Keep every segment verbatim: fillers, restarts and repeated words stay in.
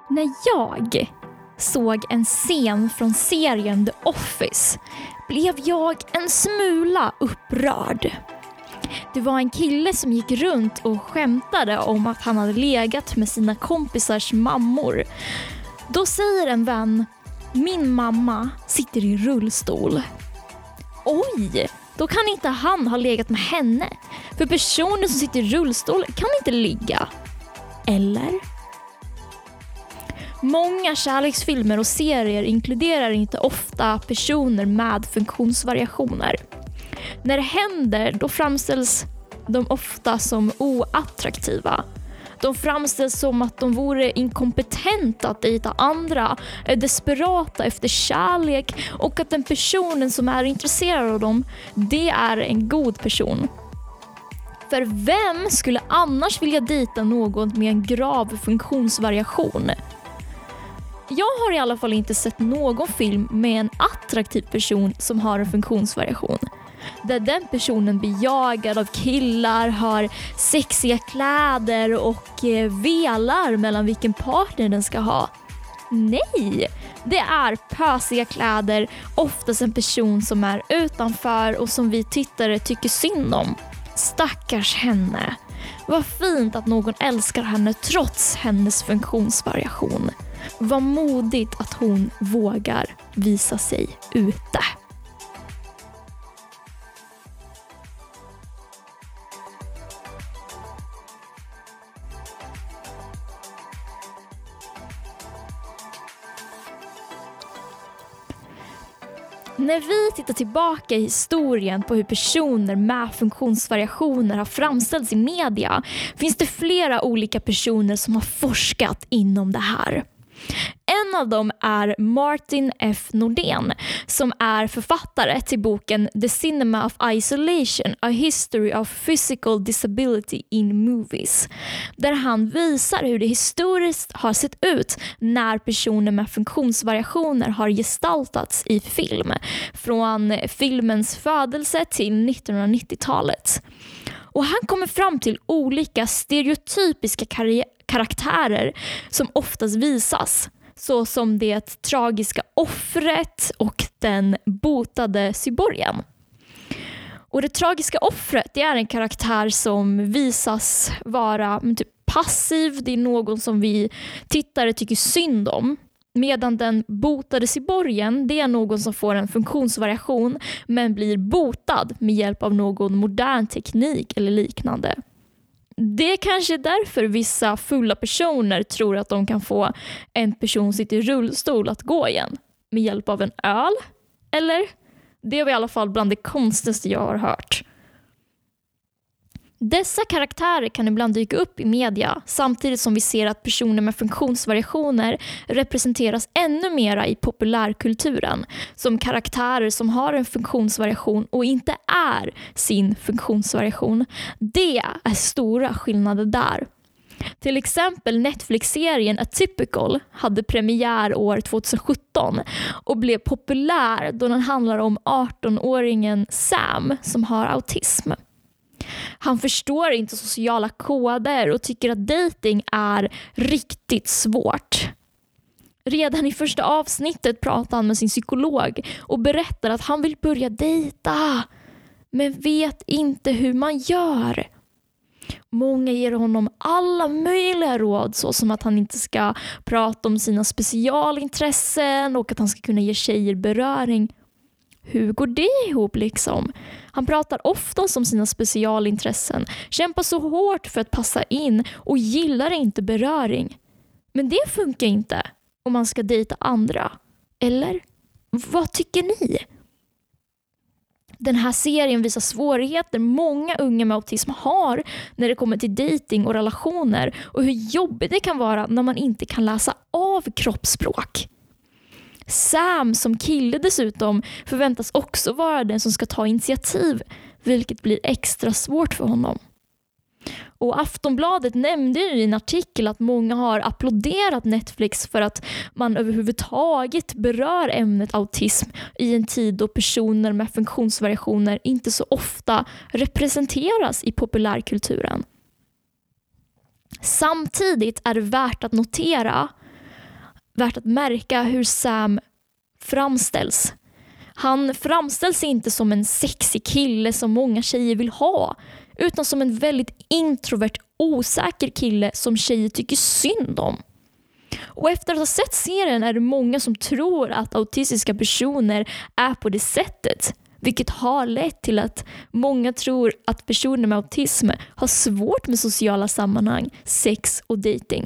När jag såg en scen från serien The Office blev jag en smula upprörd. Det var en kille som gick runt och skämtade om att han hade legat med sina kompisars mammor. Då säger en vän: min mamma sitter i rullstol. Oj, då kan inte han ha legat med henne. För personer som sitter i rullstol kan inte ligga. Eller? Många kärleksfilmer och serier inkluderar inte ofta personer med funktionsvariationer. När det händer, då framställs de ofta som oattraktiva. De framställs som att de vore inkompetenta att dejta andra, är desperata efter kärlek och att den personen som är intresserad av dem, det är en god person. För vem skulle annars vilja dejta någon med en grav funktionsvariation? Jag har i alla fall inte sett någon film med en attraktiv person som har en funktionsvariation. Där den personen blir jagad av killar, har sexiga kläder och eh, velar mellan vilken partner den ska ha. Nej, det är pösiga kläder, oftast en person som är utanför och som vi tittare tycker synd om. Stackars henne. Vad fint att någon älskar henne trots hennes funktionsvariation. Vad modigt att hon vågar visa sig ute. När vi tittar tillbaka i historien på hur personer med funktionsvariationer har framställts i media finns det flera olika personer som har forskat inom det här. En av dem är Martin F. Nordén som är författare till boken The Cinema of Isolation, A History of Physical Disability in Movies, där han visar hur det historiskt har sett ut när personer med funktionsvariationer har gestaltats i film, från filmens födelse till nittonhundranittiotalet. Och han kommer fram till olika stereotypiska kar- karaktärer som oftast visas, så som det tragiska offret och den botade cyborgen. Och det tragiska offret, det är en karaktär som visas vara typ passiv, det är någon som vi tittare tycker synd om. Medan den botade cyborgen, det är någon som får en funktionsvariation men blir botad med hjälp av någon modern teknik eller liknande. Det är kanske därför vissa fulla personer tror att de kan få en person som sitter i rullstol att gå igen med hjälp av en öl. Eller? Det är i alla fall bland det konstigaste jag har hört. Dessa karaktärer kan ibland dyka upp i media samtidigt som vi ser att personer med funktionsvariationer representeras ännu mera i populärkulturen som karaktärer som har en funktionsvariation och inte är sin funktionsvariation. Det är stora skillnader där. Till exempel Netflix-serien Atypical hade premiär år tjugohundrasjutton och blev populär då den handlar om arton-åringen Sam som har autism. Han förstår inte sociala koder och tycker att dating är riktigt svårt. Redan i första avsnittet pratar han med sin psykolog och berättar att han vill börja dejta men vet inte hur man gör. Många ger honom alla möjliga råd, så som att han inte ska prata om sina specialintressen och att han ska kunna ge tjejer beröring. Hur går det ihop liksom? Han pratar ofta om sina specialintressen, kämpar så hårt för att passa in och gillar inte beröring. Men det funkar inte om man ska dejta andra. Eller? Vad tycker ni? Den här serien visar svårigheter många unga med autism har när det kommer till dating och relationer och hur jobbigt det kan vara när man inte kan läsa av kroppsspråk. Sam som kille dessutom förväntas också vara den som ska ta initiativ, vilket blir extra svårt för honom. Och Aftonbladet nämnde ju i en artikel att många har applåderat Netflix för att man överhuvudtaget berör ämnet autism i en tid då personer med funktionsvariationer inte så ofta representeras i populärkulturen. Samtidigt är det värt att notera värt att märka hur Sam framställs. Han framställs inte som en sexig kille som många tjejer vill ha, utan som en väldigt introvert, osäker kille som tjejer tycker synd om. Och efter att ha sett serien är det många som tror att autistiska personer är på det sättet, vilket har lett till att många tror att personer med autism har svårt med sociala sammanhang, sex och dating.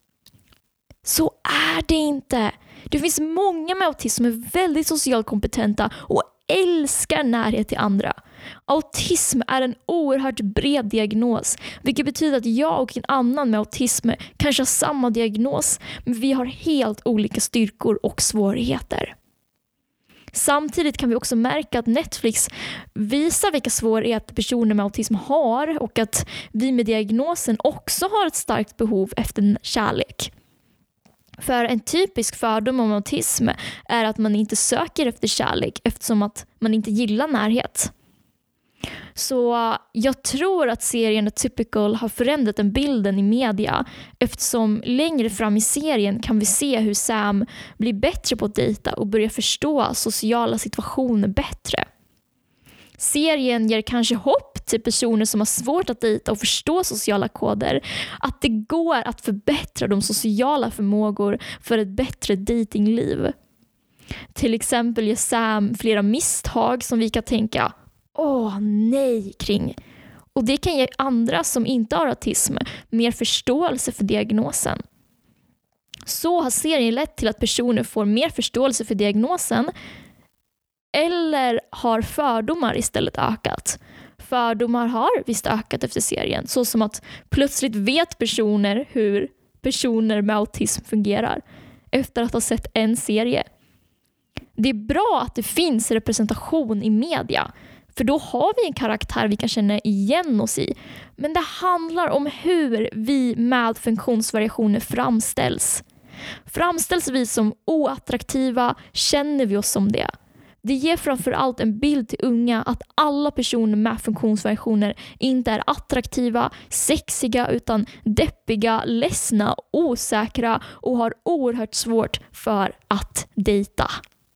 Så är det inte. Det finns många med autism som är väldigt socialt kompetenta och älskar närhet till andra. Autism är en oerhört bred diagnos, vilket betyder att jag och en annan med autism kanske har samma diagnos, men vi har helt olika styrkor och svårigheter. Samtidigt kan vi också märka att Netflix visar vilka svårigheter personer med autism har och att vi med diagnosen också har ett starkt behov efter kärlek. För en typisk fördom om autism är att man inte söker efter kärlek eftersom att man inte gillar närhet. Så jag tror att serien Atypical har förändrat den bilden i media, eftersom längre fram i serien kan vi se hur Sam blir bättre på att dejta och börjar förstå sociala situationer bättre. Serien ger kanske hopp till personer som har svårt att dejta och förstå sociala koder, att det går att förbättra de sociala förmågor för ett bättre datingliv. Till exempel gör Sam flera misstag som vi kan tänka åh nej kring. Och det kan ge andra som inte har autism mer förståelse för diagnosen. Så har serien lett till att personer får mer förståelse för diagnosen, eller har fördomar istället ökat. Fördomar har visst ökat efter serien, så som att plötsligt vet personer hur personer med autism fungerar efter att ha sett en serie. Det är bra att det finns representation i media, för då har vi en karaktär vi kan känna igen oss i. Men det handlar om hur vi med funktionsvariationer framställs. Framställs vi som oattraktiva, känner vi oss som det. Det ger framförallt en bild till unga att alla personer med funktionsvariationer inte är attraktiva, sexiga utan deppiga, ledsna, osäkra och har oerhört svårt för att dejta.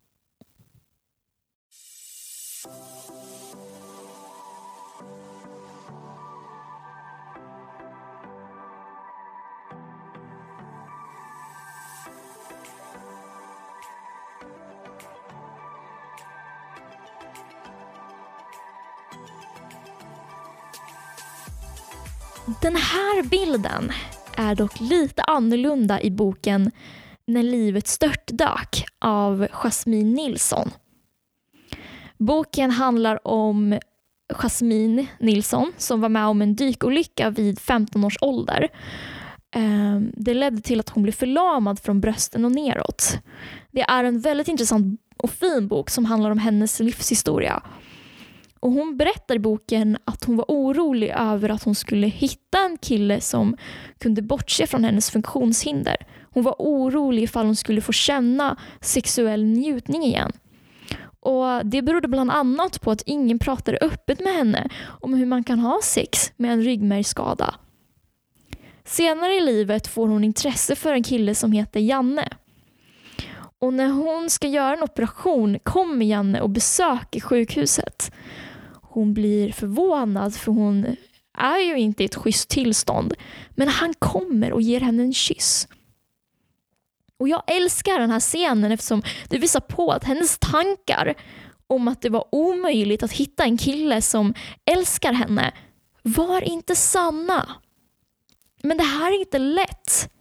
Den här bilden är dock lite annorlunda i boken När livet störtdök av Jasmine Nilsson. Boken handlar om Jasmine Nilsson som var med om en dykolycka vid femton års ålder. Det ledde till att hon blev förlamad från brösten och neråt. Det är en väldigt intressant och fin bok som handlar om hennes livshistoria. Och hon berättar i boken att hon var orolig över att hon skulle hitta en kille som kunde bortse från hennes funktionshinder. Hon var orolig ifall hon skulle få känna sexuell njutning igen. Och det berodde bland annat på att ingen pratade öppet med henne om hur man kan ha sex med en ryggmärgsskada. Senare i livet får hon intresse för en kille som heter Janne. Och när hon ska göra en operation kommer Janne och besöker sjukhuset. Hon blir förvånad för hon är ju inte i ett schysst tillstånd. Men han kommer och ger henne en kyss. Och jag älskar den här scenen eftersom det visar på att hennes tankar om att det var omöjligt att hitta en kille som älskar henne var inte sanna. Men det här är inte lätt.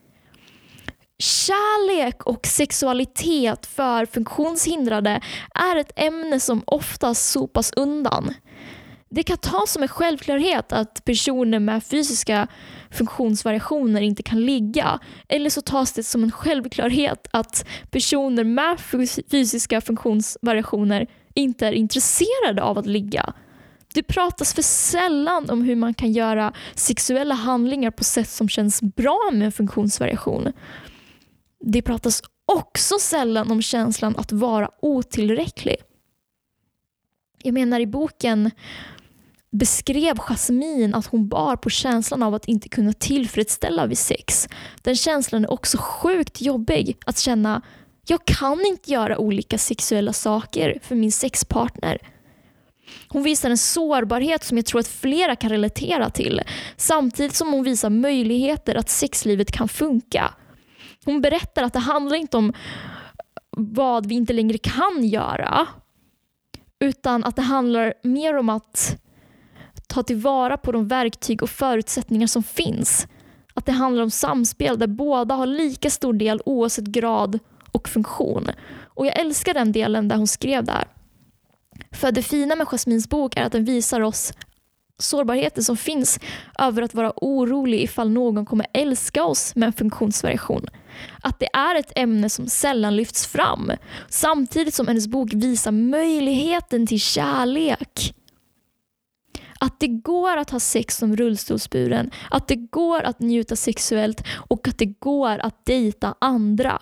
Kärlek och sexualitet för funktionshindrade är ett ämne som oftast sopas undan. Det kan tas som en självklarhet att personer med fysiska funktionsvariationer inte kan ligga, eller så tas det som en självklarhet att personer med fysiska funktionsvariationer inte är intresserade av att ligga. Det pratas för sällan om hur man kan göra sexuella handlingar på sätt som känns bra med en funktionsvariation. Det pratas också sällan om känslan att vara otillräcklig. Jag menar i boken beskrev Jasmine att hon bar på känslan av att inte kunna tillfredsställa vid sex. Den känslan är också sjukt jobbig, att känna jag kan inte göra olika sexuella saker för min sexpartner. Hon visar en sårbarhet som jag tror att flera kan relatera till, samtidigt som hon visar möjligheter att sexlivet kan funka. Hon berättar att det handlar inte om vad vi inte längre kan göra, utan att det handlar mer om att ta tillvara på de verktyg och förutsättningar som finns. Att det handlar om samspel där båda har lika stor del oavsett grad och funktion. Och jag älskar den delen där hon skrev där. För det fina med Jasmines bok är att den visar oss sårbarheten som finns över att vara orolig ifall någon kommer älska oss med en funktionsvariation. Att det är ett ämne som sällan lyfts fram, samtidigt som hennes bok visar möjligheten till kärlek. Att det går att ha sex som rullstolsburen, att det går att njuta sexuellt och att det går att dejta andra.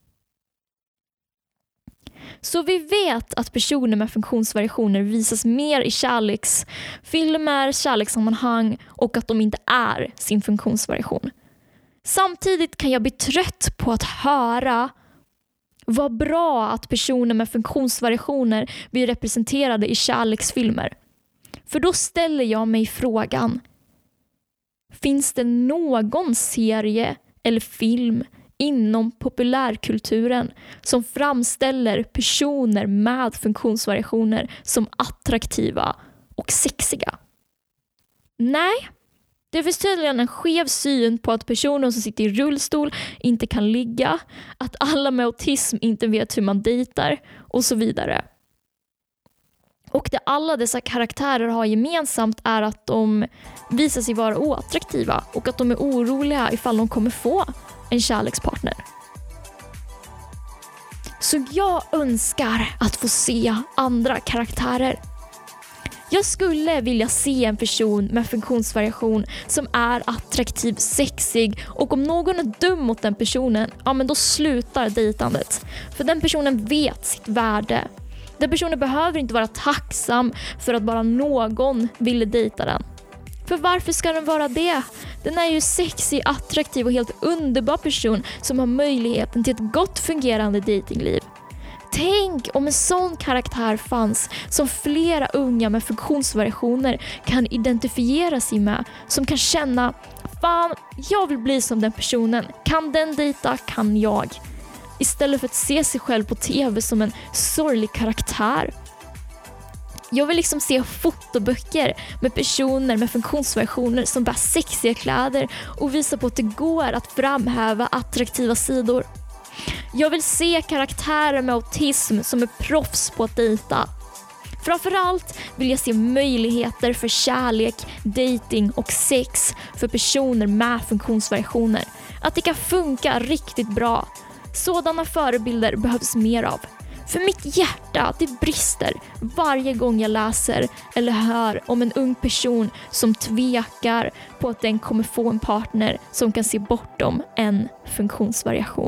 Så vi vet att personer med funktionsvariationer visas mer i kärleksfilmer, kärlekssammanhang och att de inte är sin funktionsvariation. Samtidigt kan jag bli trött på att höra vad bra att personer med funktionsvariationer blir representerade i kärleksfilmer. För då ställer jag mig frågan, finns det någon serie eller film inom populärkulturen som framställer personer med funktionsvariationer som attraktiva och sexiga? Nej, det finns tydligen en skev syn på att personer som sitter i rullstol inte kan ligga, att alla med autism inte vet hur man dejtar och så vidare. Och det alla dessa karaktärer har gemensamt är att de visar sig vara oattraktiva och att de är oroliga ifall de kommer få en kärlekspartner. Så jag önskar att få se andra karaktärer. Jag skulle vilja se en person med funktionsvariation som är attraktiv, sexig, och om någon är dum mot den personen, ja men då slutar dejtandet. För den personen vet sitt värde. Den personen behöver inte vara tacksam för att bara någon ville dejta den. För varför ska den vara det? Den är ju sexig, attraktiv och helt underbar person som har möjligheten till ett gott fungerande datingliv. Tänk om en sån karaktär fanns som flera unga med funktionsvariationer kan identifiera sig med. Som kan känna, fan, jag vill bli som den personen. Kan den dejta, kan jag. Istället för att se sig själv på tv som en sorglig karaktär. Jag vill liksom se fotoböcker med personer med funktionsvariationer som bär sexiga kläder och visar på att det går att framhäva attraktiva sidor. Jag vill se karaktärer med autism som är proffs på att dejta. Framförallt vill jag se möjligheter för kärlek, dating och sex för personer med funktionsvariationer. Att det kan funka riktigt bra. Sådana förebilder behövs mer av. För mitt hjärta, det brister varje gång jag läser eller hör om en ung person som tvekar på att den kommer få en partner som kan se bortom en funktionsvariation.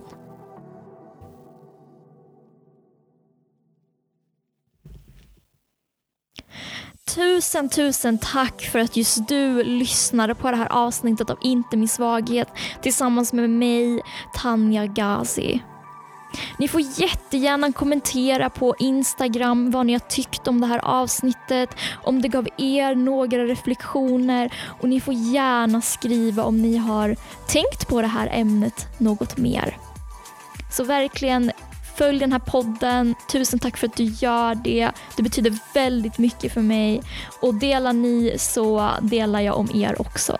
Tusen, tusen tack för att just du lyssnade på det här avsnittet av Inte min svaghet tillsammans med mig, Tanja Ghazi. Ni får jättegärna kommentera på Instagram vad ni har tyckt om det här avsnittet, om det gav er några reflektioner, och ni får gärna skriva om ni har tänkt på det här ämnet något mer. Så verkligen följ den här podden. Tusen tack för att du gör det. Det betyder väldigt mycket för mig. Och delar ni så delar jag om er också.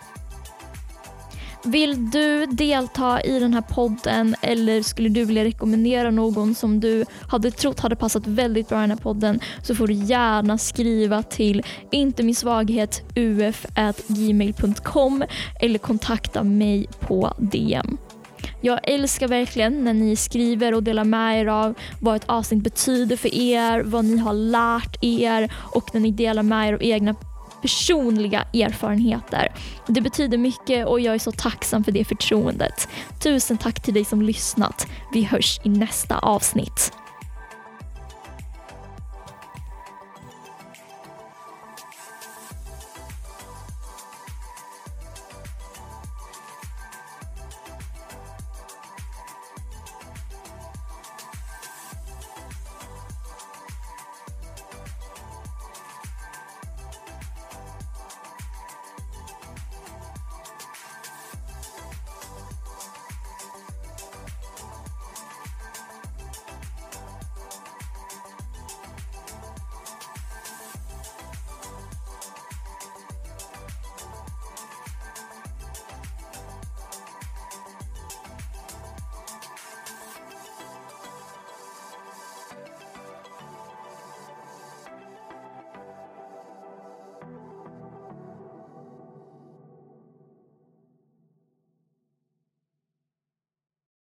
Vill du delta i den här podden eller skulle du vilja rekommendera någon som du hade trott hade passat väldigt bra i den här podden, så får du gärna skriva till inteminsvaghet.uf at gmail punkt com eller kontakta mig på D M. Jag älskar verkligen när ni skriver och delar med er av vad ett avsnitt betyder för er, vad ni har lärt er och när ni delar med er av egna personliga erfarenheter. Det betyder mycket och jag är så tacksam för det förtroendet. Tusen tack till dig som lyssnat. Vi hörs i nästa avsnitt.